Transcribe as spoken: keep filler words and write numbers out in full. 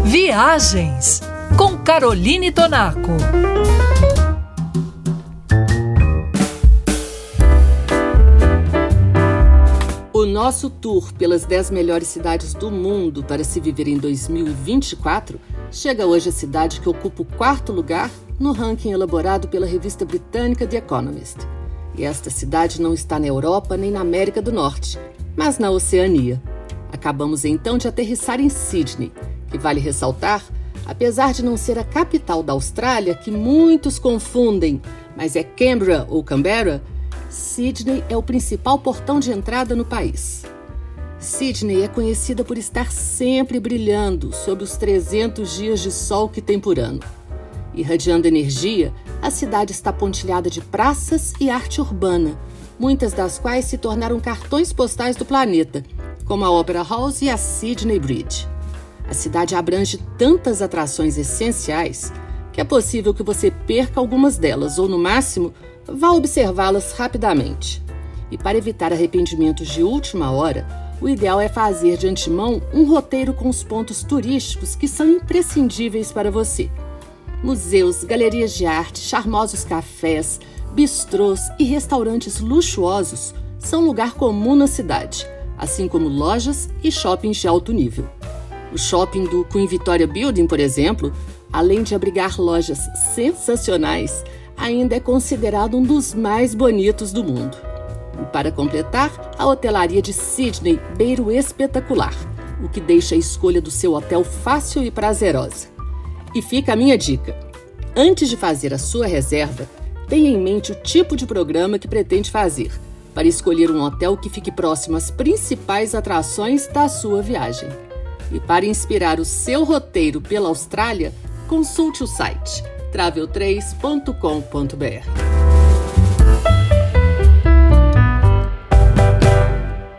Viagens com Caroline Tonaco. O nosso tour pelas dez melhores cidades do mundo para se viver em dois mil e vinte e quatro chega hoje à cidade que ocupa o quarto lugar no ranking elaborado pela revista britânica The Economist. E esta cidade não está na Europa nem na América do Norte, mas na Oceania. Acabamos então de aterrissar em Sydney, que vale ressaltar, apesar de não ser a capital da Austrália, que muitos confundem, mas é Canberra ou Canberra, Sydney é o principal portão de entrada no país. Sydney é conhecida por estar sempre brilhando sob os trezentos dias de sol que tem por ano. Irradiando energia, a cidade está pontilhada de praças e arte urbana, muitas das quais se tornaram cartões postais do planeta, como a Opera House e a Sydney Bridge. A cidade abrange tantas atrações essenciais que é possível que você perca algumas delas ou, no máximo, vá observá-las rapidamente. E para evitar arrependimentos de última hora, o ideal é fazer de antemão um roteiro com os pontos turísticos que são imprescindíveis para você. Museus, galerias de arte, charmosos cafés, bistrôs e restaurantes luxuosos são lugar comum na cidade, assim como lojas e shoppings de alto nível. O shopping do Queen Victoria Building, por exemplo, além de abrigar lojas sensacionais, ainda é considerado um dos mais bonitos do mundo. E para completar, a hotelaria de Sydney beira o espetacular, o que deixa a escolha do seu hotel fácil e prazerosa. E fica a minha dica: antes de fazer a sua reserva, tenha em mente o tipo de programa que pretende fazer, para escolher um hotel que fique próximo às principais atrações da sua viagem. E para inspirar o seu roteiro pela Austrália, consulte o site travel três ponto com ponto b r.